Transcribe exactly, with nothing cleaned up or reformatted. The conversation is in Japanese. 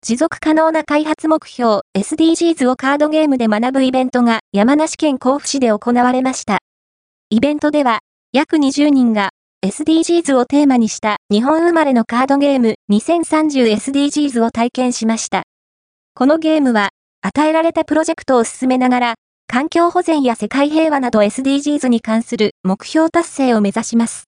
持続可能な開発目標 エスディージーズ をカードゲームで学ぶイベントが山梨県甲府市で行われました。イベントでは約にじゅうにんが エスディージーズ をテーマにした日本生まれのカードゲーム にせんさんじゅうエスディージーズ を体験しました。このゲームは与えられたプロジェクトを進めながら環境保全や世界平和など エスディージーズ に関する目標達成を目指します。